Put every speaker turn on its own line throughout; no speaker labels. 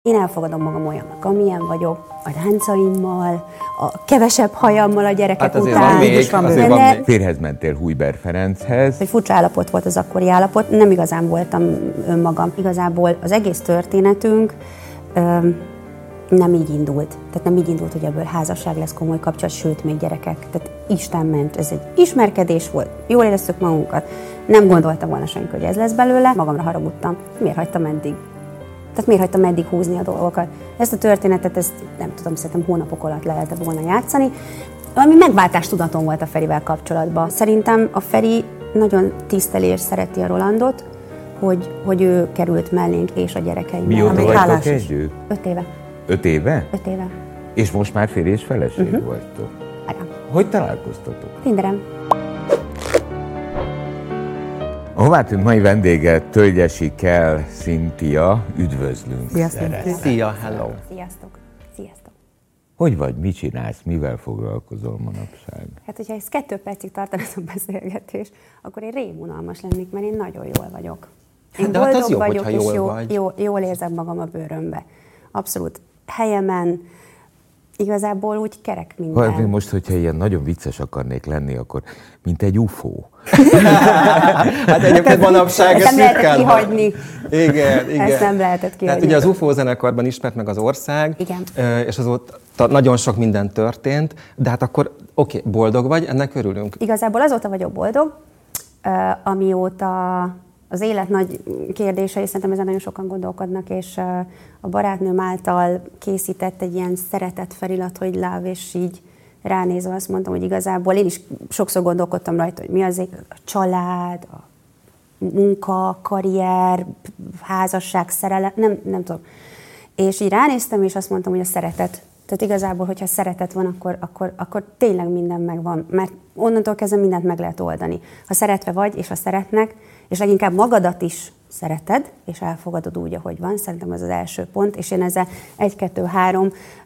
Én elfogadom magam olyannak, amilyen vagyok, a ráncaimmal, a kevesebb hajammal a gyerekek
hát
után.
Van még.
Férhez mentél Hujber Ferenchez.
Egy furcsa állapot volt az akkori állapot, nem igazán voltam önmagam. Igazából az egész történetünk nem így indult. Tehát nem így indult, hogy ebből házasság lesz, komoly kapcsolat, sőt, még gyerekek. Tehát Isten ment, ez egy ismerkedés volt, jól éreztük magunkat. Nem gondoltam volna senki, hogy ez lesz belőle. Magamra haragudtam. Miért hagytam eddig? Tehát miért hagytam eddig húzni a dolgokat? Ezt a történetet, ezt nem tudom, szerintem hónapok alatt le lehetett volna játszani. Valami megváltástudatom volt a Ferivel kapcsolatban. Szerintem a Feri nagyon tiszteli és szereti a Rolandot, hogy ő került mellénk és a gyerekeimmel.
Mióta vagytok együtt?
5 éve.
5 éve?
5 éve.
És most már férj és feleség vagytok?
Igen.
Hogy találkoztatok?
Tinderen.
A Hová tűnt mai vendége Tölgyesi Kell Szintia. Üdvözlünk!
Szia, hello!
Sziasztok! Sziasztok!
Hogy vagy? Mit csinálsz? Mivel foglalkozol manapság?
Hát, hogyha ez 2 percig tartana ez a beszélgetés, akkor én rémunalmas lennék, mert én nagyon jól vagyok. Én
de hát az jó,
vagyok,
hogyha
és
jól vagy.
jól érzem magam a bőrömbe. Abszolút helyemen, igazából úgy kerek minden.
Most, hogyha ilyen nagyon vicces akarnék lenni, akkor mint egy UFO.
Hát egyébként manapság
ezt nem lehetett kihagyni.
Igen.
Ezt nem lehetett kihagyni.
Tehát ugye az UFO zenekarban ismert meg az ország,
igen.
És azóta nagyon sok minden történt, de hát akkor oké, boldog vagy, ennek örülünk.
Igazából azóta vagyok boldog, amióta az élet nagy kérdései, szerintem ezen nagyon sokan gondolkodnak, és a barátnőm által készített egy ilyen szeretett felirat, hogy love, és így ránézve azt mondtam, hogy igazából én is sokszor gondolkodtam rajta, hogy mi az a család, a munka, karrier, házasság, szerelem, nem tudom. És így ránéztem, és azt mondtam, hogy a szeretet. Tehát igazából, hogyha szeretet van, akkor tényleg minden megvan, mert onnantól kezdve mindent meg lehet oldani. Ha szeretve vagy, és ha szeretnek, és leginkább magadat is szereted, és elfogadod úgy, ahogy van, szerintem ez az első pont, és én ezzel 1, 2, 3,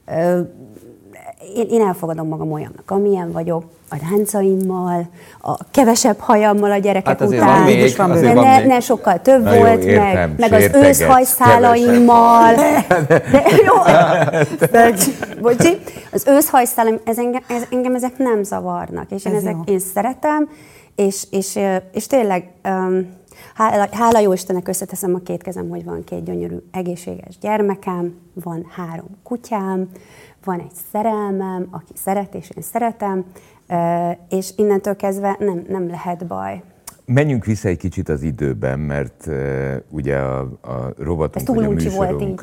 én elfogadom magam olyannak, amilyen vagyok, a ráncaimmal, a kevesebb hajammal a gyerekek után. Ne sokkal több
na
volt,
jó, értem,
meg az őszhajszálaimmal. Bocsi, az őszhajszálaim, engem ezek nem zavarnak, és én szeretem, és tényleg hála jó Istennek összeteszem a 2 kezem, hogy van 2 gyönyörű, egészséges gyermekem, van 3 kutyám, van egy szerelmem, aki szeret, és én szeretem, és innentől kezdve nem lehet baj.
Menjünk vissza egy kicsit az időben, mert ugye a rovatunk, vagy a műsorunk...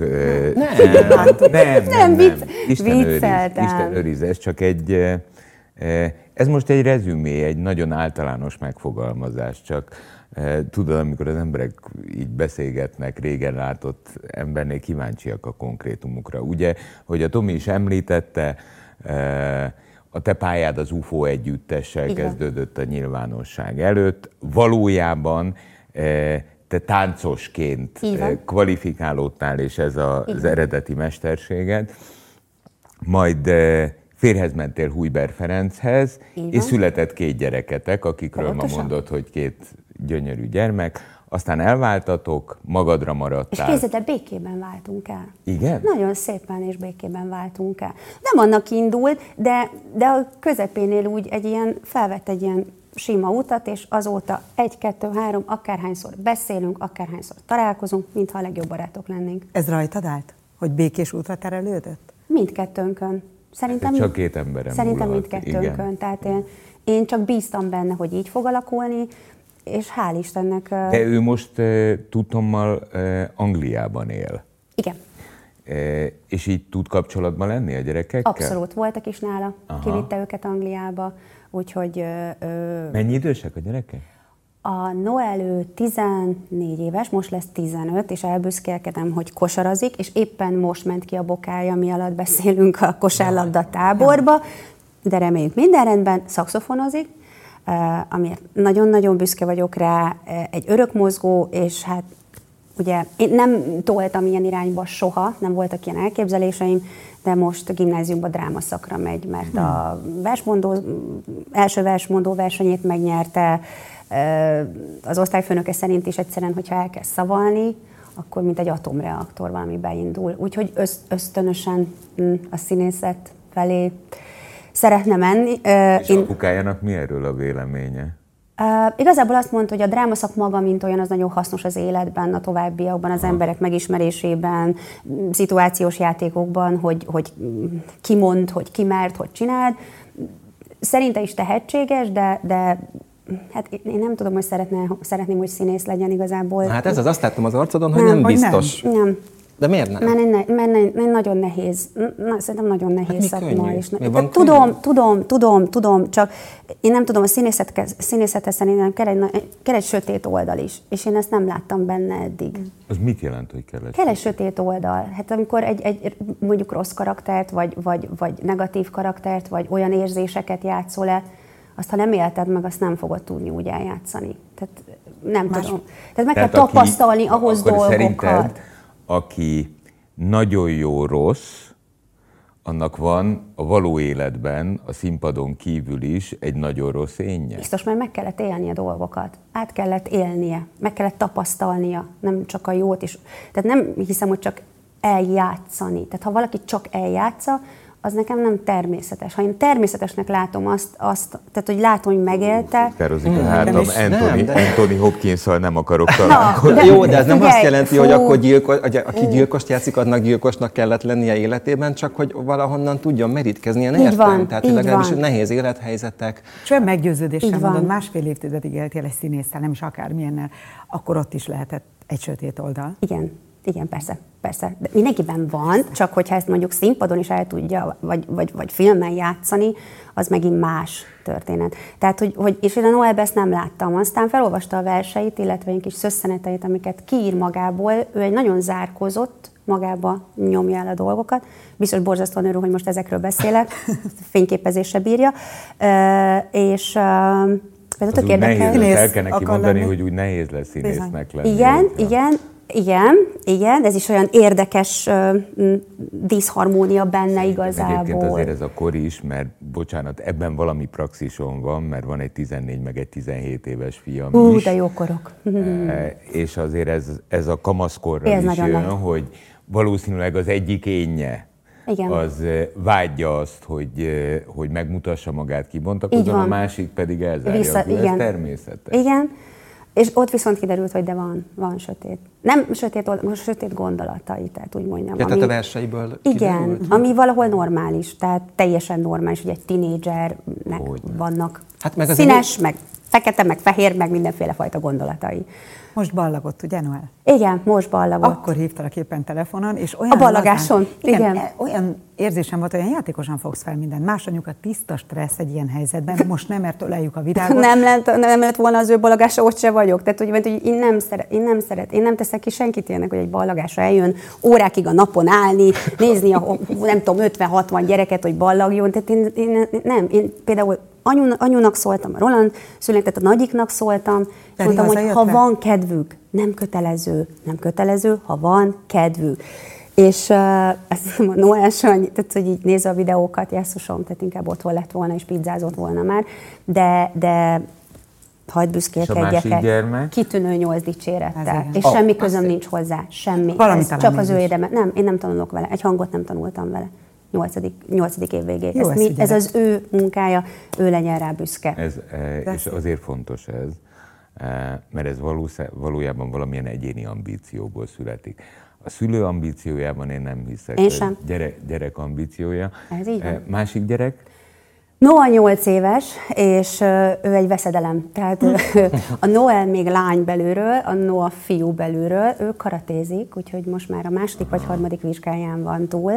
Nem. Isten őriz, ez csak egy... Ez most egy rezümé, egy nagyon általános megfogalmazás, csak tudod, amikor az emberek így beszélgetnek, régen látott embernél kíváncsiak a konkrétumukra. Ugye, hogy a Tomi is említette, a te pályád az UFO együttessel kezdődött a nyilvánosság előtt. Valójában te táncosként kvalifikálódtál, és ez az eredeti mesterséged. Majd férhez mentél Hujber Ferenchez, és született 2 gyereketek, akikről ma mondod, hogy 2 gyönyörű gyermek. Aztán elváltatok, magadra maradtál.
És képzeld, békében váltunk el.
Igen?
Nagyon szépen és békében váltunk el. Nem annak indult, de a közepénél úgy felvett egy ilyen sima utat, és azóta 1, 2, 3, akárhányszor beszélünk, akárhányszor találkozunk, mintha a legjobb barátok lennénk.
Ez rajtad állt? Hogy békés útra terelődött?
Mindkettőnkön. Szerintem
csak 2 emberem
szerintem
múlhat.
Mindkettőnkön. Tehát én csak bíztam benne, hogy így fog alakulni, és hál' Istennek...
De ő most tudtommal Angliában él.
Igen.
És így tud kapcsolatban lenni a gyerekekkel?
Abszolút, voltak is nála. Kivitte őket Angliába, úgyhogy...
Mennyi idősek a gyerekek?
A Noel 14 éves, most lesz 15, és elbüszkélkedem, hogy kosarazik, és éppen most ment ki a bokája, mi alatt beszélünk a kosárlabda táborba, de reméljük minden rendben, szaxofonozik, amiért nagyon-nagyon büszke vagyok rá, egy örökmozgó, és hát ugye én nem toltam ilyen irányba soha, nem voltak ilyen elképzeléseim, de most a gimnáziumba drámaszakra megy, mert a első versmondó versenyét megnyerte, az osztályfőnöke szerint is egyszerűen, hogyha elkezd szavalni, akkor mint egy atomreaktor valami beindul. Úgyhogy ösztönösen a színészet felé szeretne menni.
És apukájának mi erről a véleménye?
Igazából azt mondta, hogy a drámaszak maga, mint olyan, az nagyon hasznos az életben, a továbbiakban, az emberek megismerésében, szituációs játékokban, hogy ki mond, hogy ki mert, hogy csináld. Szerinte is tehetséges, de hát én nem tudom, hogy szeretném, hogy színész legyen igazából.
Hát ez az, azt láttam az arcodon, hogy nem biztos.
Nem.
De miért nem?
Mert nagyon nehéz. Szerintem nagyon nehéz szakma. És tudom, csak én nem tudom, a színészethez szerintem kell egy sötét oldal is, és én ezt nem láttam benne eddig.
Az mit jelent, hogy
kell egy sötét oldal? Hát amikor egy mondjuk rossz karaktert, vagy negatív karaktert, vagy olyan érzéseket játszol le, azt ha nem élted meg, azt nem fogod tudni úgy eljátszani. Tehát nem tudom. Tehát meg kell tapasztalni ahhoz dolgokat.
Szerinted, aki nagyon jó rossz, annak van a való életben, a színpadon kívül is egy nagyon rossz énje?
Biztos, mert meg kellett élni a dolgokat. Át kellett élnie, meg kellett tapasztalnia, nem csak a jót is. Tehát nem hiszem, hogy csak eljátszani. Tehát ha valaki csak eljátsza, az nekem nem természetes. Ha én természetesnek látom azt tehát, hogy látom, hogy megélte...
Terozik a hátam, Anthony Hopkins-szal nem akarok találkozni.
Jó, de ez nem azt jelenti, hogy akkor aki gyilkost játszik, annak gyilkosnak kellett lennie életében, csak hogy valahonnan tudjon merítkezni, ilyen értem. Tehát legalábbis nehéz élethelyzetek.
És olyan meggyőződéssel mondod, 1,5 évtizedig éltél egy színésszel, nem is akármilyennel, akkor ott is lehetett egy sötét oldal.
Igen, persze. De mindenkiben van, csak hogyha ezt mondjuk színpadon is el tudja, vagy filmen játszani, az megint más történet. Tehát, és én a Noelben ezt nem láttam. Aztán felolvasta a verseit, illetve egy kis szösszeneteit, amiket kiír magából. Ő egy nagyon zárkózott, magába nyomja el a dolgokat. Biztos borzasztóan örül, hogy most ezekről beszélek. Fényképezésre bírja. És ez tök érdekes.
El kell neki mondani, hogy úgy nehéz lesz színésznek lenni.
Igen, ez is olyan érdekes diszharmónia benne igazából.
Egyébként azért ez a kor is, mert bocsánat, ebben valami praxisom van, mert van egy 14 meg egy 17 éves fiam is.
De jó korok.
És azért ez a kamaszkorra is jön, hogy valószínűleg az egyik énje, az vágyja azt, hogy megmutassa magát, kibontakozzon, a másik pedig elzárja. Ez természetes.
Igen. És ott viszont kiderült, hogy de van sötét. Nem sötét gondolatai, tehát úgy mondjam.
Tehát a verseiből kiderült?
Igen, ami valahol normális, tehát teljesen normális, hogy egy tinédzsernek vannak színes, meg fekete, meg fehér, meg mindenféle fajta gondolatai.
Most ballagott, ugye, Noel?
Igen, most ballagott.
Akkor hívtalak éppen telefonon, és olyan...
A ballagáson, igen.
Olyan érzésem volt, olyan játékosan fogsz fel mindent. Más anyukat tiszta stressz egy ilyen helyzetben. Most nem, mert öleljük a virágot.
Nem lett volna az ő ballagása, ott se vagyok. Tehát, hogy én nem teszek ki senkit ilyenek, hogy egy ballagásra eljön, órákig a napon állni, nézni a, nem tudom, 50-60 gyereket, hogy ballagjon. Tehát én például anyunak szóltam, a Roland született, a nagyiknak szóltam, és mondtam, hogy ha van kedvük, nem kötelező, ha van kedvük. És ezt a Noel Sanyi, tehát hogy így nézve a videókat, jesszusom, tehát inkább otthon lett volna, és pizzázott volna már, de hagyd büszkélkedjek, kitűnő 8 dicsérettel, és semmi közöm nincs hozzá, semmi. Csak az ő érdeme. Nem, én nem tanulok vele, egy hangot nem tanultam vele. 8. év végéig. Ez az ő munkája, ő legyen rá büszke.
És azért fontos ez, mert ez valójában valamilyen egyéni ambícióból születik. A szülő ambíciójában én nem hiszek.
Én sem.
Gyerek ambíciója.
Ez így van.
Másik gyerek?
Noah 8 éves, és ő egy veszedelem. Tehát a Noel még lány belülről, a Noah fiú belülről, ő karatézik, úgyhogy most már a 2. vagy 3. vizsgáján van túl.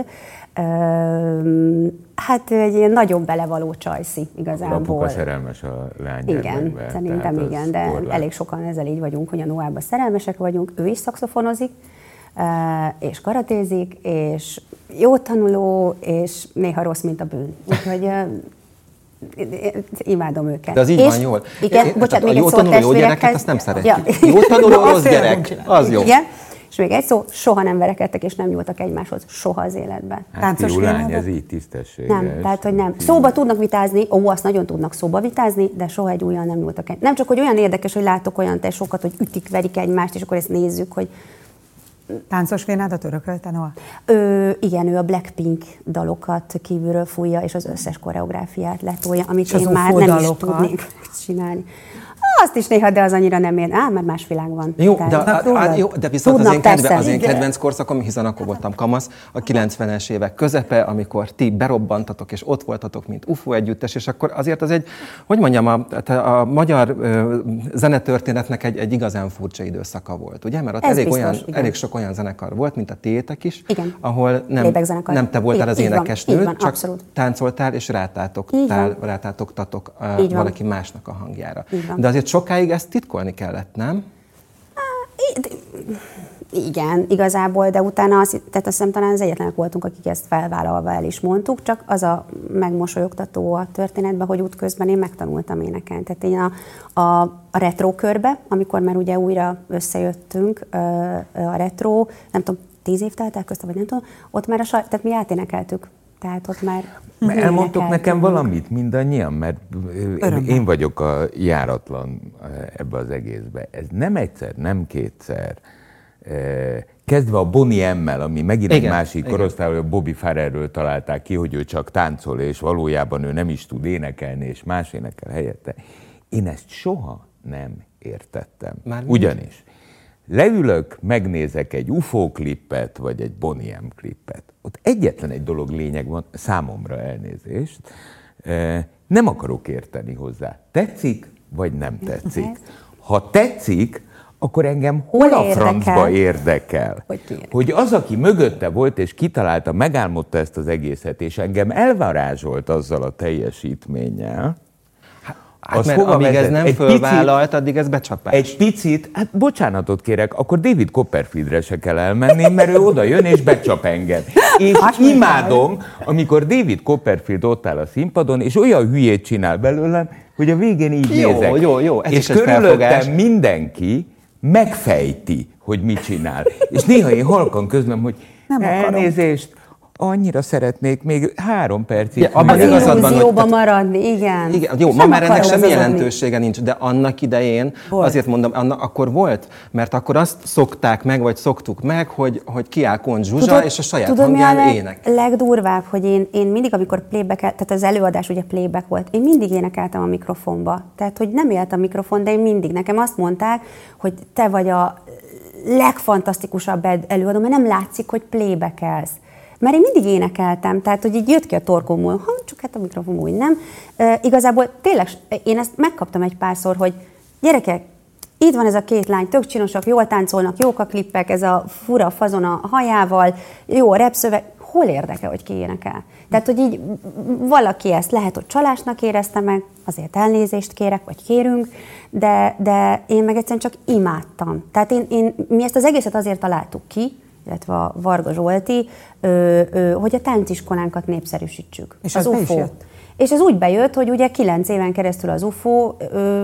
Hát egy ilyen nagyon belevaló csajszi igazából.
Apuka szerelmes a lánygyermekbe.
Igen, szerintem igen, de elég sokan ezzel így vagyunk, hogy a Noahban szerelmesek vagyunk. Ő is szaxofonozik, és karatézik, és jó tanuló, és néha rossz, mint a bűn. Úgyhogy imádom őket.
De az így van jól.
Igen, bocsánat, még egy szó
jó gyereket, azt nem szeretjük. Ja. Jó tanuló, rossz gyerek, az jó.
Igen. És még egy szó, soha nem verekedtek, és nem nyúltak egymáshoz. Soha az életben.
Hát fiú-lány, ez így tisztességes.
Nem, tehát, hogy nem. Szóba tudnak vitázni, azt nagyon tudnak szóba vitázni, de soha egy ujjal nem nyúltak egymához. Nem csak, hogy olyan érdekes, hogy látok olyan tesókat, hogy ütik, verik egymást, és akkor ezt nézzük, hogy
Táncos vénádat örökölte, Noa?
Igen, ő a Blackpink dalokat kívülről fújja, és az összes koreográfiát letolja, amit én már nem is tudnék csinálni. Azt is néha, de az annyira nem ér. Mert más világ van.
Jó, de viszont az én kedvenc korszakom, hiszen akkor voltam kamasz, a 90-es évek közepe, amikor ti berobbantatok, és ott voltatok, mint UFO együttes, és akkor azért az egy, hogy mondjam, a magyar zenetörténetnek egy igazán furcsa időszaka volt, ugye? Mert ott elég sok olyan zenekar volt, mint a tiétek is,
igen.
Ahol nem te voltál az énekesnő, csak
abszolút.
Táncoltál és rátátogtatok valaki másnak a hangjára. De azért sokáig ezt titkolni kellett, nem?
Igen, igazából, de utána azt hiszem talán az egyetlenek voltunk, akik ezt felvállalva el is mondtuk, csak az a megmosolyogtató a történetben, hogy útközben én megtanultam énekelni. Tehát én a retro körbe, amikor már ugye újra összejöttünk, a retro, nem tudom, 10 év telt el köztem, vagy nem tudom, ott már tehát mi áténekeltük. Tehát ott már
elmondtok nekem valamit mindannyian, mert én vagyok a járatlan ebbe az egészbe. Ez nem egyszer, nem kétszer. Kezdve a Bonnie M-mel, ami megint egy másik korosztály, a Bobby Farrellről találták ki, hogy ő csak táncol, és valójában ő nem is tud énekelni, és más énekel helyette. Én ezt soha nem értettem. Ugyanis leülök, megnézek egy UFO klippet, vagy egy Bonnie M klippet. Ott egyetlen egy dolog lényeg van, számomra elnézést, nem akarok érteni hozzá. Tetszik, vagy nem tetszik? Ha tetszik, akkor engem hol a francba érdekel? Hogy az, aki mögötte volt és kitalálta, megálmodta ezt az egészet, és engem elvarázsolt azzal a teljesítménnyel,
amíg ez nem fölvállalt, addig ez becsapás.
Egy picit, bocsánatot kérek, akkor David Copperfieldre se kell elmenni, mert ő oda jön és becsap engem. És imádom, amikor David Copperfield ott áll a színpadon, és olyan hülyét csinál belőlem, hogy a végén így nézek.
Jó, ez
és
is egy
körülöttem mindenki megfejti, hogy mit csinál. És néha én halkan közlöm, hogy elnézést, annyira szeretnék még 3 percig.
Az illúzióban maradni, igen.
Jó, ma már ennek semmi jelentősége nincs, de annak idején, azért mondom, akkor volt, mert akkor azt szokták meg, vagy szoktuk meg, hogy kiáll Kont Zsuzsa, és a saját hangján ének.
Legdurvább, hogy én mindig, amikor playback, tehát az előadás ugye playback volt, én mindig énekeltem a mikrofonba. Tehát, hogy nem élt a mikrofon, de én mindig. Nekem azt mondták, hogy te vagy a legfantasztikusabb előadó, mert nem látszik, hogy playbackelsz. Mert én mindig énekeltem, tehát hogy így jött ki a torkomból, csak hát a mikrofon úgy nem. Igazából tényleg én ezt megkaptam egy párszor, hogy gyerekek, itt van ez a 2 lány, tök csinosak, jól táncolnak, jók a klippek, ez a fura fazon a hajával, jó a repszöveg, hol érdekel, hogy ki énekel? Tehát, hogy így valaki ezt lehet, hogy csalásnak érezte meg, azért elnézést kérek, vagy kérünk, de én meg egyszerűen csak imádtam. Tehát mi ezt az egészet azért találtuk ki, illetve a Varga Zsolti, hogy a tánciskolánkat népszerűsítsük.
És az UFO.
És ez úgy bejött, hogy ugye 9 éven keresztül az UFO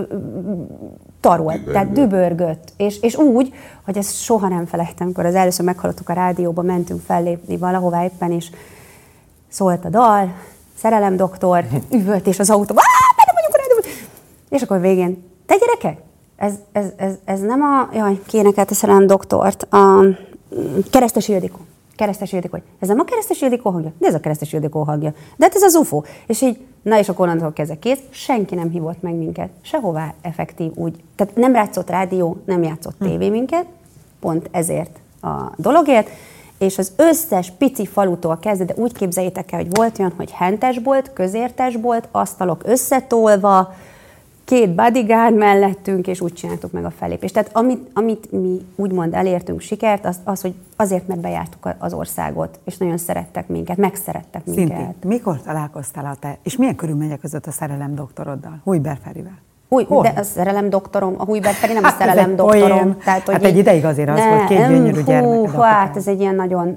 tarolt, tehát dübörgött. És úgy, hogy ezt soha nem felejtem, amikor az először meghallottuk a rádióban, mentünk fellépni valahová éppen, és szólt a dal, Szerelem doktor, üvöltés az autó, benne vagyunk a rádióban. És akkor végén, te gyerekek, ez nem ki énekelte Szerelem doktort, Keresztes Ildikó. Ez nem a Keresztes Ildikó hangja? De ez a Keresztes Ildikó hangja. De hát ez az UFO. És így, és akkor onnantól kezdve kész, senki nem hívott meg minket. Sehová effektív úgy. Tehát nem játszott rádió, nem játszott tévé minket, pont ezért a dologért. És az összes pici falutól kezdve, de úgy képzeljétek el, hogy volt olyan, hogy hentesbolt, közértesbolt, asztalok összetolva, 2 bodyguard mellettünk, és úgy csináltuk meg a fellépést. Tehát amit mi úgymond elértünk sikert, az, hogy azért, mert bejártuk az országot, és nagyon szerettek minket, megszerettek minket.
Szintén. Mikor találkoztál és milyen körülmények között a Szerelem doktoroddal, Hujber Ferivel?
De a Szerelem doktorom, a Hujber Feri nem a Szerelem doktorom.
Tehát, hogy egy ideig azért az volt 2 gyönyörű gyermeked.
Hát ez egy ilyen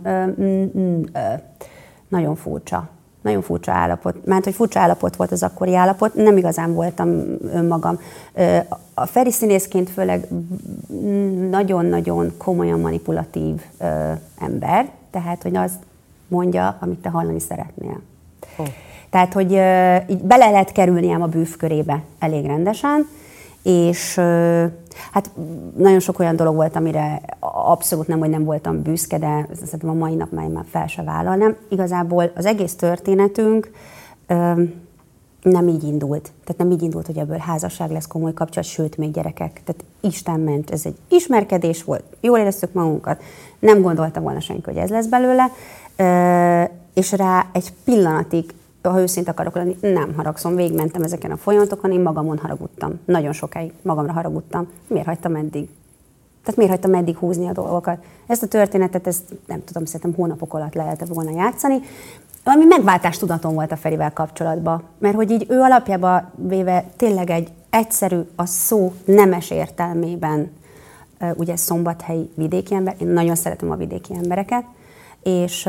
nagyon furcsa. Nagyon furcsa állapot. Mert hogy furcsa állapot volt az akkori állapot, nem igazán voltam önmagam. A Feri színészként főleg nagyon-nagyon komolyan manipulatív ember, tehát, hogy azt mondja, amit te hallani szeretnél. Tehát, hogy így bele lehet kerülni ám a bűvkörébe elég rendesen, És hát nagyon sok olyan dolog volt, amire abszolút nem, hogy nem voltam büszke, de szerintem a mai nap már fel se vállalnám. Igazából az egész történetünk nem így indult. Tehát nem így indult, hogy ebből házasság lesz, komoly kapcsolat, sőt, még gyerekek. Tehát Isten ment, ez egy ismerkedés volt, jól éreztük magunkat, nem gondolta volna senki, hogy ez lesz belőle, és rá egy pillanatig, ha őszinte akarok lenni, nem haragszom, végigmentem ezeken a folyamatokon, én magamon haragudtam. Nagyon sokáig magamra haragudtam. Miért hagytam eddig? Tehát miért hagytam eddig húzni a dolgokat? Ezt a történetet, ezt nem tudom, szerintem hónapok alatt lehetett volna játszani. Valami megváltástudatom volt a Ferivel kapcsolatban, mert hogy így ő alapjában véve tényleg egy egyszerű, a szó nemes értelmében, ugye szombathelyi vidéki ember, én nagyon szeretem a vidéki embereket, és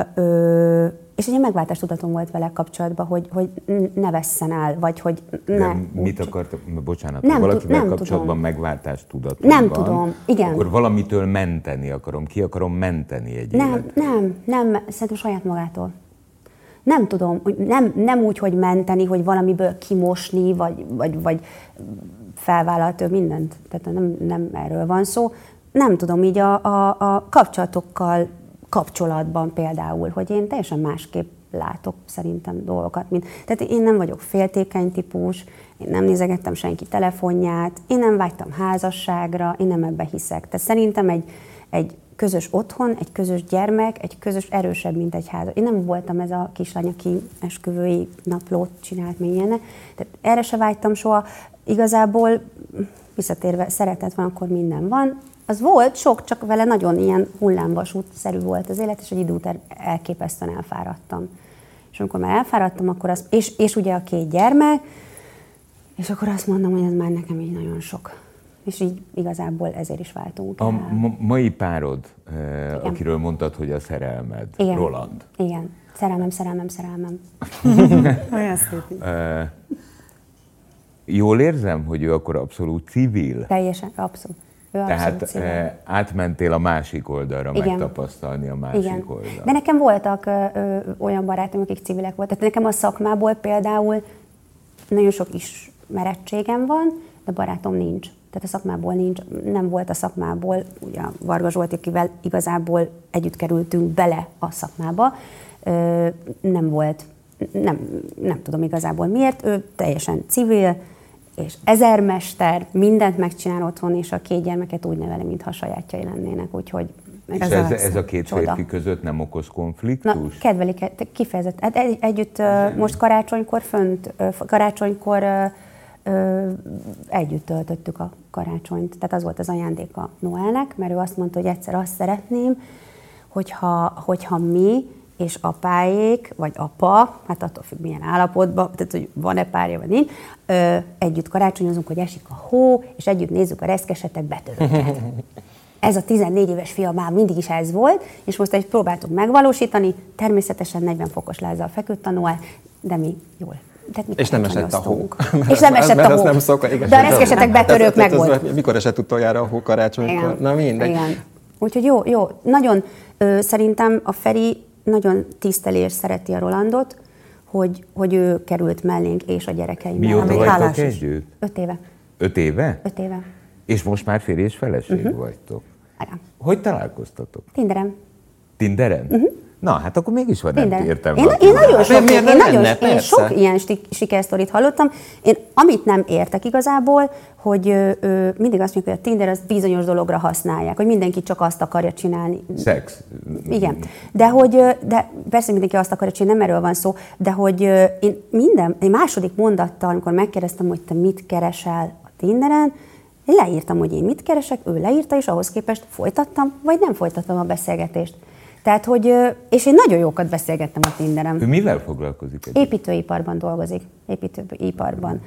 egy megváltástudatom volt vele kapcsolatban, hogy ne vesszen el, vagy hogy ne...
De mit akartam? Bocsánat, ha valakivel kapcsolatban megváltástudatom van,
nem tudom, igen.
Akkor valamitől menteni akarom, ki akarom menteni egy életet.
Nem, szerintem saját magától. Nem tudom, nem úgy, hogy menteni, hogy valamiből kimosni, vagy felvállaltő mindent. Tehát nem erről van szó. Nem tudom, így a kapcsolatokkal kapcsolatban például, hogy én teljesen másképp látok szerintem dolgokat. Tehát én nem vagyok féltékeny típus, én nem nézegettem senki telefonját, én nem vágytam házasságra, én nem ebbe hiszek. Tehát szerintem egy közös otthon, egy közös gyermek, egy közös erősebb, mint egy házas. Én nem voltam ez a kislány, aki esküvői naplót csinált még ilyenne. Tehát erre se vágytam soha. Igazából visszatérve, szeretet van, akkor minden van. Az volt sok, csak vele nagyon ilyen hullámvasútszerű volt az élet, és egy idő után elképesztően elfáradtam. És amikor már elfáradtam, akkor és ugye a 2 gyermek, és akkor azt mondom, hogy ez már nekem így nagyon sok. És így igazából ezért is váltunk el.
A mai párod, akiről mondtad, hogy a szerelmed,
igen.
Roland.
Igen. Szerelmem.
Olyan szép.
Jól érzem, hogy ő akkor abszolút civil?
Teljesen, abszolút.
Tehát átmentél a másik oldalra, igen. Megtapasztalni a másik
igen.
oldalra.
De nekem voltak olyan barátom, akik civilek voltak. Nekem a szakmából például nagyon sok ismerettségem van, de barátom nincs. Tehát a szakmából nincs, nem volt a szakmából, ugye Varga Zsolt, akivel igazából együtt kerültünk bele a szakmába, nem volt, nem tudom igazából miért, ő teljesen civil, és ezermester, mindent megcsinál otthon, és a 2 gyermeket úgy neveli, mintha a sajátjai lennének, úgyhogy...
És ez a 2 férfi között nem okoz konfliktus?
Na, kedvelik, kifejezett. Hát együtt most karácsonykor együtt töltöttük a karácsonyt. Tehát az volt az ajándéka Noelnek, mert ő azt mondta, hogy egyszer azt szeretném, hogyha mi és apáék, vagy apa, hát attól függ milyen állapotban, tehát hogy van-e párja, vagy nincs, együtt karácsonyozunk, hogy esik a hó, és együtt nézzük a Reszkesetek betörőket. Ez a 14 éves fia már mindig is ez volt, és most próbáltuk megvalósítani, természetesen 40 fokos lázzal feküdt a Noel, de mi jól.
És nem esett a hó.
És nem esett a hó.
Nem szokott,
de a Reszkesetek betörők meg volt.
Mikor esett utoljára a hó karácsonykor? Na mindegy.
Igen. Úgyhogy jó. Nagyon szerintem a Feri nagyon tiszteli és szereti a Rolandot, hogy ő került mellénk és a gyerekeim.
Mióta vagytok együtt?
5 éve.
5 éve?
5 éve.
És most már férj és feleség vagytok?
Igen.
Hogy találkoztatok?
Tinderen.
Tinderen? Na, hát akkor mégis van nem értem.
Én sok ilyen sikersztorit hallottam. Én amit nem értek igazából, hogy mindig azt mondjuk, hogy a Tinder az bizonyos dologra használják, hogy mindenki csak azt akarja csinálni.
Szex.
Igen. De persze mindenki azt akarja csinálni, nem erről van szó, de hogy egy második mondattal, amikor megkérdeztem, hogy te mit keresel a Tinderen, én leírtam, hogy én mit keresek, ő leírta, és ahhoz képest folytattam, vagy nem folytattam a beszélgetést. Tehát, és én nagyon jókat beszélgettem a Tinderen.
Ő mivel foglalkozik?
Építőiparban dolgozik. Építőiparban.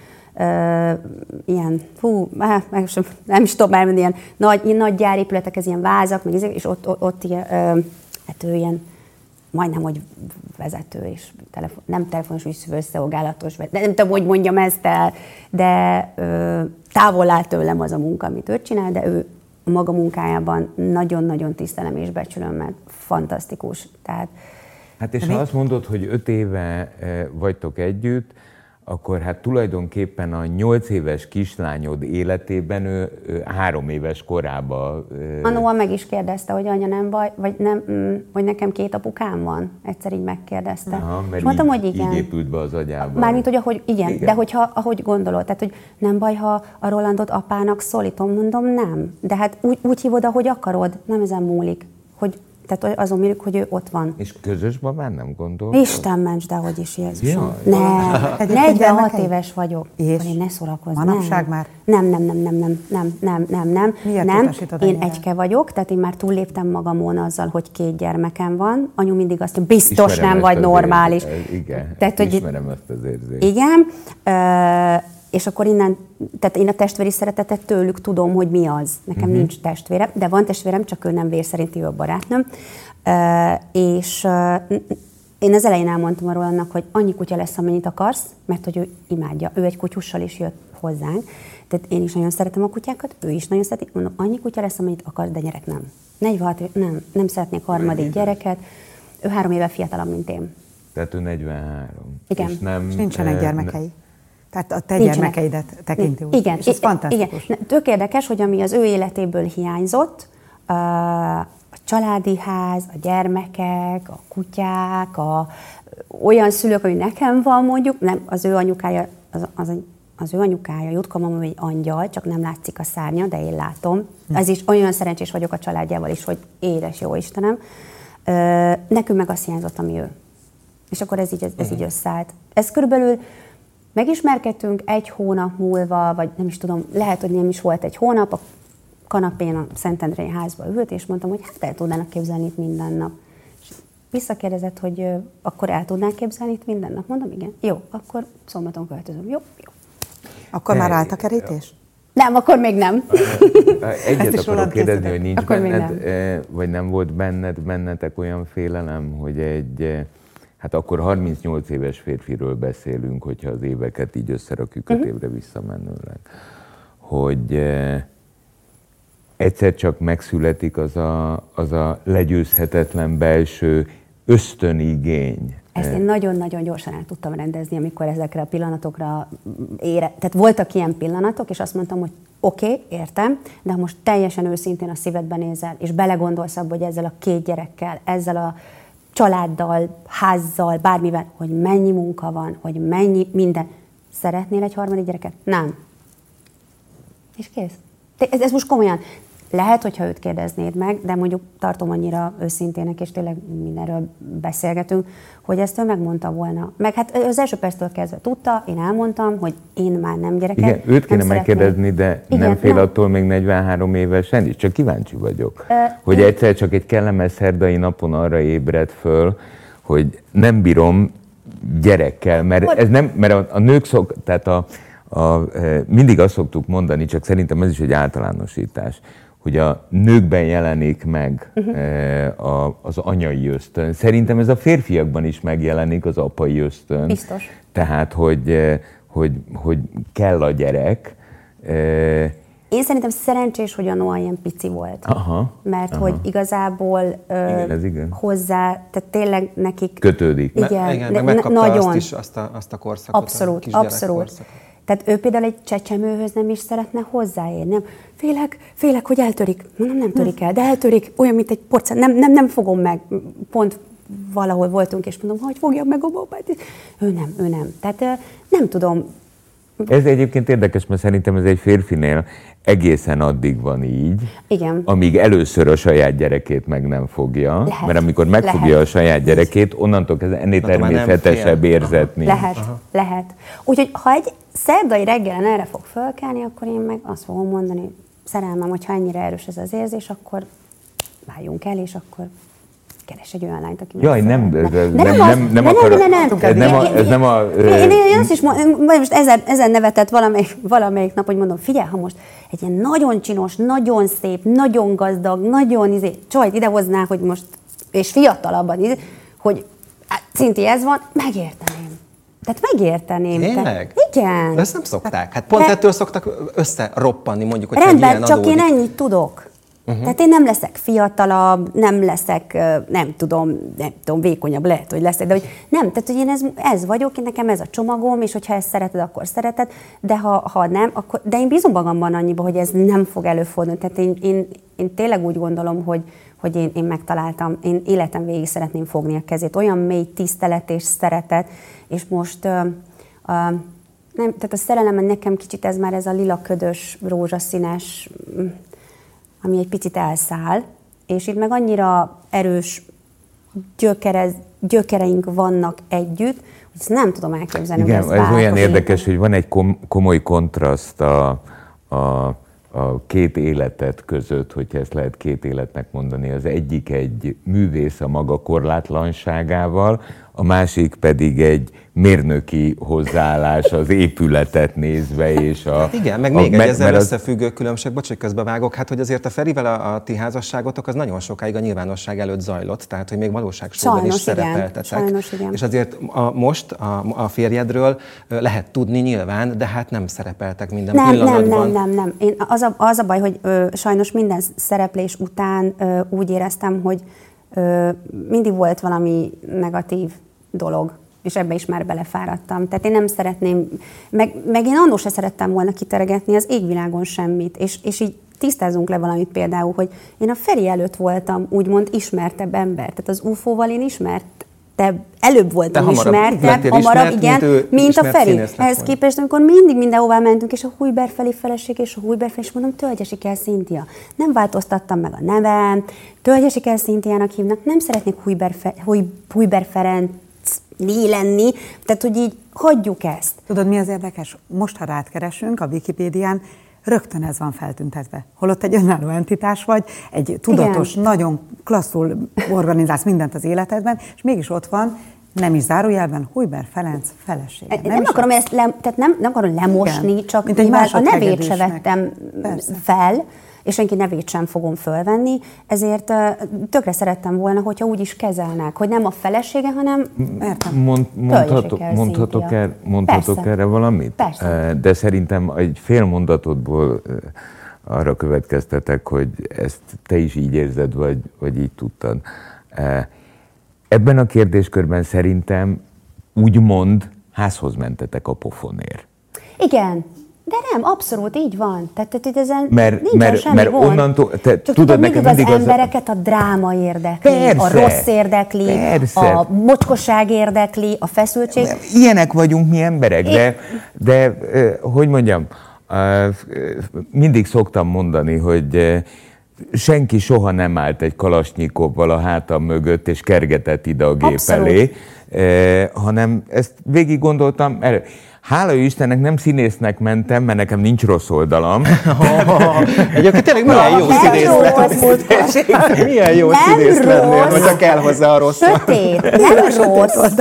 Nem is tudom már, ilyen nagy gyárépületek, ez ilyen vázak, és ott ilyen, hát ő ilyen, majdnem, hogy vezető, és nem telefonos ügyfélszolgálatos, nem tudom, hogy mondjam ezt el, de távol áll tőlem az a munka, amit ő csinál, de ő a maga munkájában nagyon-nagyon tisztelem és becsülöm, mert fantasztikus. Tehát,
hát és ha azt mondod, hogy 5 éve vagytok együtt, akkor hát tulajdonképpen a 8 éves kislányod életében ő 3 éves korában...
A Noah meg is kérdezte, hogy anya, nem baj, vagy nem, hogy nekem 2 apukám van. Egyszer így megkérdezte.
Aha, mert
és mondtam, hogy igen.
Így épült be az agyába.
Mármint, hogy ahogy, igen, de hogyha, ahogy gondolod, tehát, hogy nem baj, ha a Rolandot apának szólítom, mondom, nem. De hát úgy hívod, ahogy akarod, nem ezen múlik. Tehát azon múlik, hogy ő ott van.
És közös babán nem gondol?
Isten ments, de hogy is Jézusom. Nem, 46 éves vagyok. És én ne szórakozz.
Manapság már?
Nem.
Miért
Én egyke vagyok, tehát én már túlléptem magamon azzal, hogy 2 gyermekem van. Anyu mindig azt mondja, biztos ismerem nem vagy normális.
Igen,
tehát,
ismerem ezt az érzést.
Igen, és akkor innen, tehát én a testvéri szeretetet tőlük tudom, hogy mi az. Nekem nincs testvérem, de van testvérem, csak ő nem vér szerinti, ő a barátnőm. És én az elején elmondtam arról annak, hogy annyi kutya lesz, amennyit akarsz, mert hogy ő imádja. Ő egy kutyussal is jött hozzánk, tehát én is nagyon szeretem a kutyákat, ő is nagyon szereti. Mondom, annyi kutya lesz, amennyit akarsz, de gyerek nem. 46 nem szeretnék harmadik gyereket. Ő 3 éve fiatalabb, mint én.
Tehát ő 43.
Igen.
És nincsenek gyermekei. Tehát a te gyermekeidet tekinti úgy.
Igen,
és ez fantasztikus.
Igen. Tök érdekes, hogy ami az ő életéből hiányzott, a családi ház, a gyermekek, a kutyák, olyan szülők, ami nekem van mondjuk, nem, az ő anyukája, az ő anyukája, Jutka mama, egy angyal, csak nem látszik a szárnya, de én látom. Ez is olyan szerencsés vagyok a családjával is, hogy édes jó Istenem. Nekünk meg azt hiányzott, ami ő. És akkor ez így összeállt. Ez körülbelül megismerkedtünk 1 hónap múlva, vagy nem is tudom, lehet, hogy nem is volt 1 hónap, a kanapén a Szentendrei házba ült, és mondtam, hogy hát el tudnának képzelni itt minden nap. És visszakérdezett, hogy akkor el tudnák képzelni itt minden nap? Mondom, igen. Jó, akkor Szombaton költözöm. Jó.
Akkor már állt a kerítés?
Nem, akkor még nem.
Egyet akarok kérdezni, hogy nincs benned, vagy nem volt bennetek olyan félelem, hogy hát akkor 38 éves férfiről beszélünk, hogyha az éveket így összerakjuk 5 évre visszamenőleg, hogy egyszer csak megszületik az a legyőzhetetlen belső ösztönigény.
Ezt én nagyon-nagyon gyorsan el tudtam rendezni, amikor ezekre a pillanatokra tehát voltak ilyen pillanatok, és azt mondtam, hogy oké, értem, de ha most teljesen őszintén a szívedbe nézel, és belegondolsz abba, hogy ezzel a 2 gyerekkel, ezzel a családdal, házzal, bármivel, hogy mennyi munka van, hogy mennyi minden. Szeretnél egy 3. gyereket? Nem. És kész. Ez most komolyan. Lehet, hogyha őt kérdeznéd meg, de mondjuk tartom annyira őszintének, és tényleg mindenről beszélgetünk, hogy ezt ő megmondta volna. Meg hát az első perctől kezdve tudta, én elmondtam, hogy én már nem gyereket.
Igen, őt kéne megkérdezni, de igen, nem fél attól még 43 évesen is, csak kíváncsi vagyok. Hogy egyszer csak egy kellemes szerdai napon arra ébred föl, hogy nem bírom gyerekkel, mert ez nem, mert a nők tehát mindig azt szoktuk mondani, csak szerintem ez is egy általánosítás, hogy a nőkben jelenik meg az anyai ösztön. Szerintem ez a férfiakban is megjelenik, az apai ösztön.
Biztos.
Tehát, hogy kell a gyerek.
Én szerintem szerencsés, hogy a Noah ilyen pici volt. Mert hogy igazából
igen.
hozzá, tehát tényleg nekik...
Kötődik.
Igen, meg megkapta
nagyon.
azt is, azt a korszakot.
Abszolút.
Korszakot.
Tehát ő például egy csecsemőhöz nem is szeretne hozzáérni. Nem. Félek, hogy eltörik. Mondom, nem törik el, de eltörik, olyan, mint egy porcelán. Nem fogom meg. Pont valahol voltunk, és mondom, hogy fogjam meg a babát. Ő nem. Tehát nem tudom.
Ez egyébként érdekes, mert szerintem ez egy férfinél egészen addig van így,
igen,
amíg először a saját gyerekét meg nem fogja, mert amikor megfogja a saját gyerekét, onnantól kezdve ennél természetesebb érzetni.
Lehet. Úgyhogy ha egy szerdai reggelen erre fog fölkelni, akkor én meg azt fogom mondani, szerelmem, hogyha ennyire erős ez az érzés, akkor váljunk el, és akkor keres egy olyan lányt, aki
jaj, nem akarok. Ez nem a...
Én azt is most ezen nevetett valamelyik nap, hogy mondom, figyelj, ha most egy ilyen nagyon csinos, nagyon szép, nagyon gazdag, nagyon csajt idehoznál, hogy most, és fiatalabban, hogy Cinti, ez van, megérteném. Tehát megérteném.
Tényleg?
Igen.
De ezt nem szokták. Hát pont ettől szoktak összeroppanni, mondjuk, hogy
rendben,
ilyen
csak adódik. Én ennyit tudok. Tehát én nem leszek fiatalabb, nem leszek, nem tudom, vékonyabb lehet, hogy leszek, de hogy nem, tehát hogy én ez vagyok, én nekem ez a csomagom, és hogyha ezt szereted, akkor szereted, de ha nem, akkor, de én bízom magamban annyiba, hogy ez nem fog előfordulni. Tehát én tényleg úgy gondolom, hogy én megtaláltam, én életem végig szeretném fogni a kezét. Olyan mély tisztelet és szeretet, és most nem, tehát a szerelem nekem kicsit ez már ez a lila ködös, rózsaszínes, ami egy picit elszáll, és itt meg annyira erős gyökereink vannak együtt, hogy ezt nem tudom elképzelni,
igen,
hogy ez
olyan érdekes, hogy van egy komoly kontraszt a két életet között, hogyha ezt lehet két életnek mondani. Az egyik egy művész a maga korlátlanságával, a másik pedig egy mérnöki hozzáállás az épületet nézve, és
igen, meg még egy ezzel összefüggő különbség, bocs, hogy közbevágok, hát hogy azért a Ferivel a ti házasságotok az nagyon sokáig a nyilvánosság előtt zajlott, tehát hogy még valóságsóban is szerepeltetek. Sajnos, igen. És azért most a férjedről lehet tudni nyilván, de hát nem szerepeltek minden pillanatban.
Nem. Én az a baj, hogy sajnos minden szereplés után úgy éreztem, hogy mindig volt valami negatív dolog, és ebbe is már belefáradtam. Tehát én nem szeretném, meg én annól se szerettem volna kiteregetni az égvilágon semmit, és így tisztázunk le valamit például, hogy én a Feri előtt voltam úgymond ismertebb ember, tehát az UFO-val én előbb voltam ismertebb, hamarabb, igen, mint a Feri. Ehhez képest, amikor mindig mindenhová mentünk, és a Hujber felé feleség, és a Hujber felé, és mondom, Tölgyesi-Kell Szintia. Nem változtattam meg a nevem, Tölgyesi-Kell Szintiának hívnak, nem szeretnék Hujber Ferenc lenni, tehát hogy így hagyjuk ezt.
Tudod, mi az érdekes? Most, ha rád keresünk a Wikipédián, rögtön ez van feltüntetve. Holott egy önálló entitás vagy, egy tudatos, igen, nagyon klasszul organizálsz mindent az életedben, és mégis ott van, nem is zárójelben, Hujber Ferenc felesége.
Nem akarom ezt tehát nem akarom lemosni, igen, csak a nevét se vettem fel, és senki nevét sem fogom fölvenni, ezért tökre szerettem volna, hogyha úgy is kezelnek, hogy nem a felesége, hanem
mondhatok erre valamit?
Persze.
De szerintem egy fél mondatodból arra következtetek, hogy ezt te is így érzed, vagy így tudtad. Ebben a kérdéskörben szerintem úgymond házhoz mentetek a pofonért.
Igen. De nem, abszolút így van. Tehát ezen nincsen semmi gond.
Onnantól,
tudod, mindig az embereket a dráma érdekli, persze, a rossz érdekli, persze, a mocskosság érdekli, a feszültség.
Ilyenek vagyunk mi emberek, de hogy mondjam, mindig szoktam mondani, hogy senki soha nem állt egy kalasnyikovval a hátam mögött, és kergetett ide a gép elé, hanem ezt végig gondoltam. Hála Istennek nem színésznek mentem, mert nekem nincs rossz oldalam.
Egyébként tényleg milyen jó színész lennél. Milyen jó színész lennél, hogyha kell hozzá a rossz.
Sötét, nem rossz.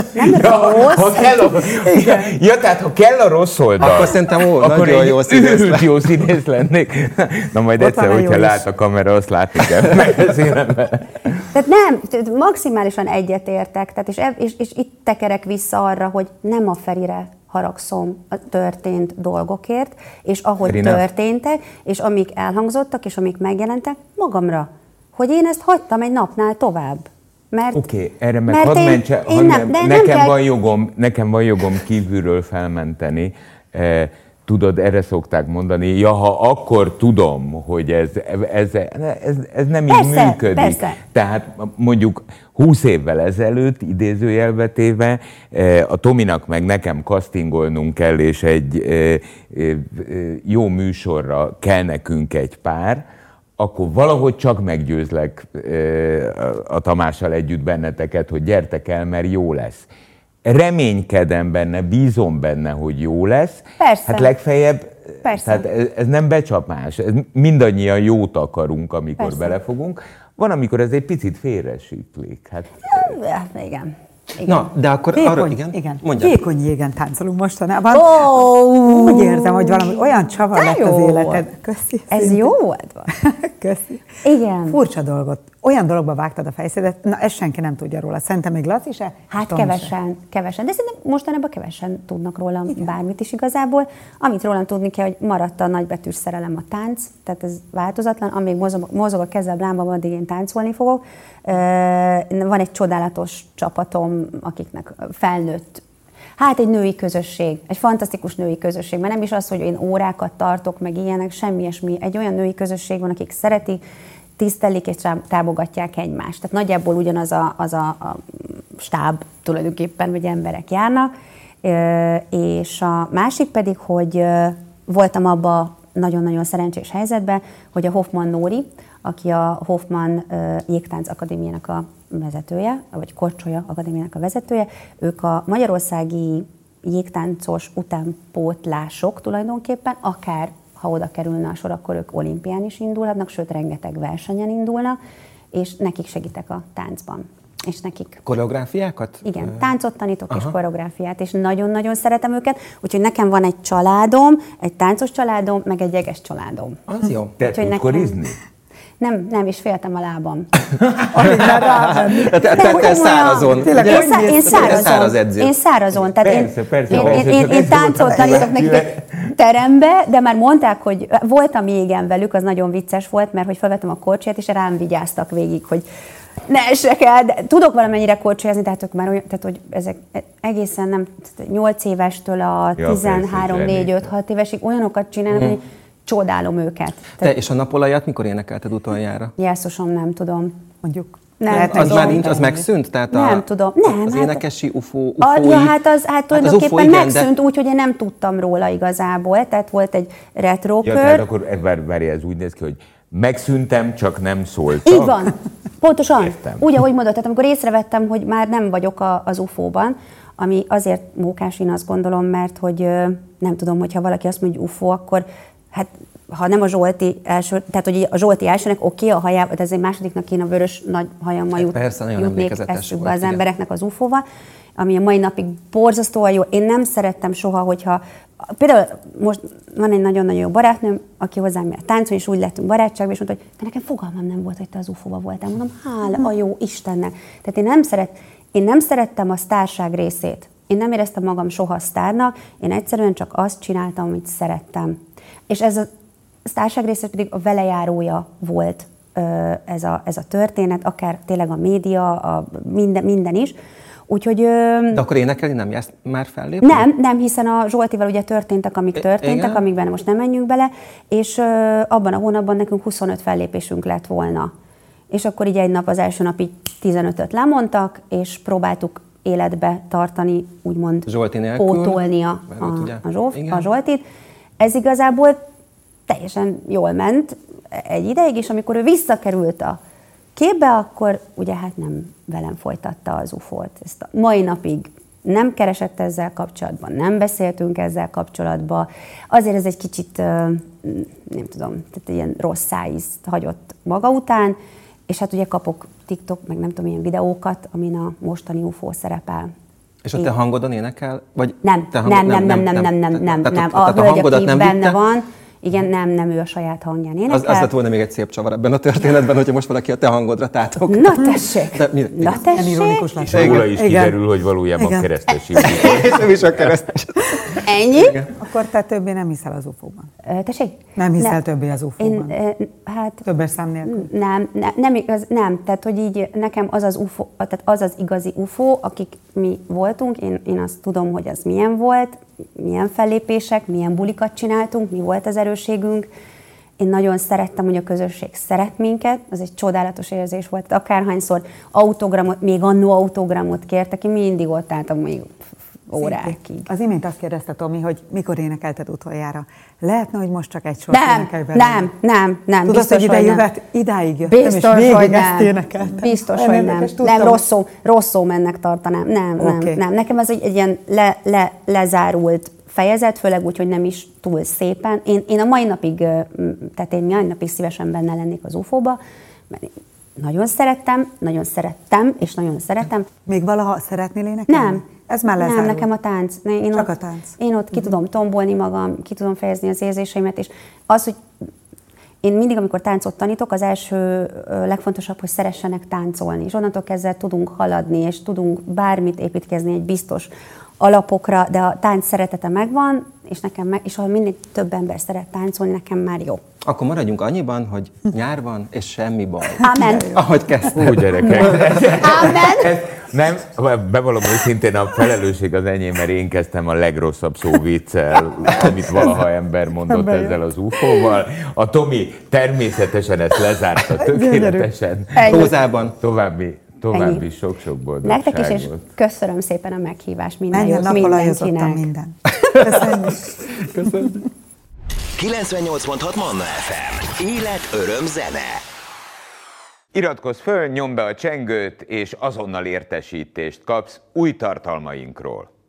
Tehát ha kell a rossz oldal,
akkor szerintem nagyon jó színész lennék.
Jó színész lennék. Na majd egyszer, hogyha lát a kamera, azt látni kell.
Tehát nem, maximálisan egyetértek, és itt tekerek vissza arra, hogy nem a Ferire haragszom a történt dolgokért, és ahogy történtek, és amik elhangzottak, és amik megjelentek, magamra. Hogy én ezt hagytam egy napnál tovább.
Oké, erre meg hadd mentse, nekem van jogom kívülről felmenteni. Tudod, erre szokták mondani, ha akkor tudom, hogy ez nem így működik. Persze. Tehát mondjuk 20 évvel ezelőtt, idézőjelbe téve, a Tominak meg nekem castingolnunk kell, és egy jó műsorra kell nekünk egy pár, akkor valahogy csak meggyőzlek a Tamással együtt benneteket, hogy gyertek el, mert jó lesz. Reménykedem benne, bízom benne, hogy jó lesz.
Persze.
Hát legfeljebb,
persze,
tehát ez nem becsapás, mindannyian jót akarunk, amikor
persze belefogunk.
Van, amikor ez egy picit félresiklik.
Igen.
Na, de akkor arra, igen.
Vékony jégen táncolunk mostanában. Úgy érzem, hogy valami olyan csavar lett az életed. Köszi.
Ez jó volt.
Köszi.
Igen.
Furcsa dolgot. Olyan dologba vágtad a fejszédet, na ezt senki nem tudja róla. Szerintem még Laci se?
Hát kevesen. De szerintem mostanában kevesen tudnak rólam bármit is igazából. Amit rólam tudni kell, hogy maradt a nagybetűs szerelem a tánc, tehát ez változatlan. Amíg mozog a kezem lábam, addig én táncolni fogok. Van egy csodálatos csapatom, akiknek felnőtt, hát egy női közösség, egy fantasztikus női közösség, mert nem is az, hogy én órákat tartok, meg ilyenek, semmi ilyesmi. Egy olyan női közösség van, akik szeretik, tisztelik és támogatják egymást. Tehát nagyjából ugyanaz a stáb tulajdonképpen, vagy emberek járnak. És a másik pedig, hogy voltam abban nagyon-nagyon szerencsés helyzetben, hogy a Hoffmann Nóri, aki a Hoffmann Jégtánc Akadémiának a vezetője, vagy Korcsolya Akadémiának a vezetője, ők a magyarországi jégtáncos utánpótlások tulajdonképpen, akár ha oda kerülne a sor, akkor ők olimpián is indulhatnak, sőt, rengeteg versenyen indulnak, és nekik segítek a táncban. És nekik...
Koreográfiákat?
Igen, táncot tanítok és koreográfiát, és nagyon-nagyon szeretem őket, úgyhogy nekem van egy családom, egy táncos családom, meg egy jeges családom.
Az jó.
Te tudsz korizni?
Nem, és féltem a lábam.
Te szárazon.
Én szárazon.
Persze.
Én táncot tanítok nekik egy terembe, de már mondták, hogy voltam jégen velük, az nagyon vicces volt, mert hogy felvettem a korcsolyát, és rám vigyáztak végig, hogy ne essek el, de tudok valamennyire korcsolyazni, tehát ők már olyan, tehát hogy ezek egészen nem, 8 évestől a 13, 4, 5, 6 évesig olyanokat csinálnak, hogy csodálom őket.
És a napolajat mikor énekelted utoljára?
Jesszusom, nem tudom.
Mondjuk.
Nem,
az már nincs, az megszűnt? Tehát
nem tudom.
Az énekesi ufói...
Hát tulajdonképpen megszűnt úgy, hogy én nem tudtam róla igazából, tehát volt egy retrokör.
Tehát akkor várj, ez úgy néz ki, hogy megszűntem, csak nem szóltak.
Így van. Pontosan.
Értem.
Úgy, ahogy mondod, tehát amikor észrevettem, hogy már nem vagyok az UFO-ban, ami azért mókás, én azt gondolom, mert hogy nem tudom, hogyha valaki azt mondja, hogy UFO, akkor hát ha nem a Zsolti első, tehát hogy a Zsolti elsőnek oké, a hajában, de ez egy másodiknak én a vörös nagy hajammal jutnék eszükbe az embereknek az UFO-val, ami a mai napig borzasztóan jó. Én nem szerettem soha, hogyha például most van egy nagyon-nagyon jó barátnőm, aki hozzám jár táncolni, és úgy lettünk barátságban, és mondta, hogy de nekem fogalmam nem volt, hogy te az UFO-ba voltál. Mondom, hála a jó Istennek. Tehát én nem szerettem a sztárság részét. Én nem éreztem magam soha sztárnak, én egyszerűen csak azt csináltam, amit szerettem. És ez a sztárság része pedig a velejárója volt ez a történet, akár tényleg a média, minden is. Úgyhogy,
de akkor énekelni nem jársz már fellépni?
Nem, hiszen a Zsoltival ugye történtek, amik történtek, amikben most nem menjünk bele, és abban a hónapban nekünk 25 fellépésünk lett volna. És akkor így egy nap, az első nap így 15-öt lemondtak, és próbáltuk életbe tartani, úgymond
Zsolti nélkül,
pótolni a Zsoltit. Ez igazából teljesen jól ment egy ideig, és amikor ő visszakerült a képbe, akkor ugye hát nem velem folytatta az UFO-t. Ezt a mai napig nem keresett ezzel kapcsolatban, nem beszéltünk ezzel kapcsolatban. Azért ez egy kicsit, nem tudom, tehát ilyen rossz szájízt hagyott maga után, és hát ugye kapok TikTok, meg nem tudom, ilyen videókat, amin a mostani UFO szerepel.
És a te hangodon énekel? Vagy
nem. A hölgy, aki benne van, igen, nem ő a saját hangján énekel.
Az lett volna még egy szép csavar ebben a történetben, hogyha most valaki a te hangodra tátok.
Na tessék! Na tessék!
Róla is kiderül, hogy valójában keresztes.
És nem is a keresztes.
Ennyi?
Akkor te többé nem hiszel az UFO-ban?
Tessék?
Nem hiszel többé az UFO-ban?
Hát...
Többes szám nélkül?
Nem. Tehát, hogy így nekem az az UFO, tehát az az igazi UFO, akik mi voltunk, én azt tudom, hogy az milyen volt, milyen fellépések, milyen bulikat csináltunk, mi volt az erősségünk. Én nagyon szerettem, hogy a közösség szeret minket, az egy csodálatos érzés volt. Akárhányszor autogramot, még annó autogramot kértek, én mindig ott álltam még órákig.
Az imént azt kérdezte Tomi, hogy mikor énekelted utoljára. Lehetne, hogy most csak egy sort énekelj belőle?
Nem.
Tudod, hogy idáig jöttem,
biztos,
és végig
hogy
ezt énekeltem.
Biztos, hogy nem. Nem, rosszul mennek tartanám. Nem. Nekem ez egy ilyen lezárult fejezet, főleg úgy, hogy nem is túl szépen. Én a mai napig, tehát én mai napig szívesen benne lennék az UFO-ba, mert nagyon szerettem, és nagyon szeretem.
Még valaha szeretnél énekelni?
Nem.
Ez már lezárult.
Nem, nekem a tánc.
Csak a tánc.
Én ott ki tudom tombolni magam, ki tudom fejezni az érzéseimet, és az, hogy én mindig, amikor táncot tanítok, az első legfontosabb, hogy szeressenek táncolni, és onnantól kezdve tudunk haladni, és tudunk bármit építkezni egy biztos alapokra, de a tánc szeretete megvan, és ha minél több ember szeret táncolni, nekem már jó.
Akkor maradjunk annyiban, hogy nyár van, és semmi baj.
Amen.
Ahogy kezdtem.
Úgy gyerekek.
Amen.
Nem, bevallom őszintén, a felelősség az enyém, mert én kezdtem a legrosszabb szóviccel, amit valaha ember mondott ezzel az UFO-val. A Tomi természetesen ezt lezárta tökéletesen.
Prózában.
További sok-sok boldogságot.
Nektek is, és köszönöm szépen a meghívást. Minden jót
mindenkinek. Minden.
Köszönjük.
98.6 Manna FM. Élet, öröm, zene.
Iratkozz föl, nyomd be a csengőt, és azonnal értesítést kapsz új tartalmainkról.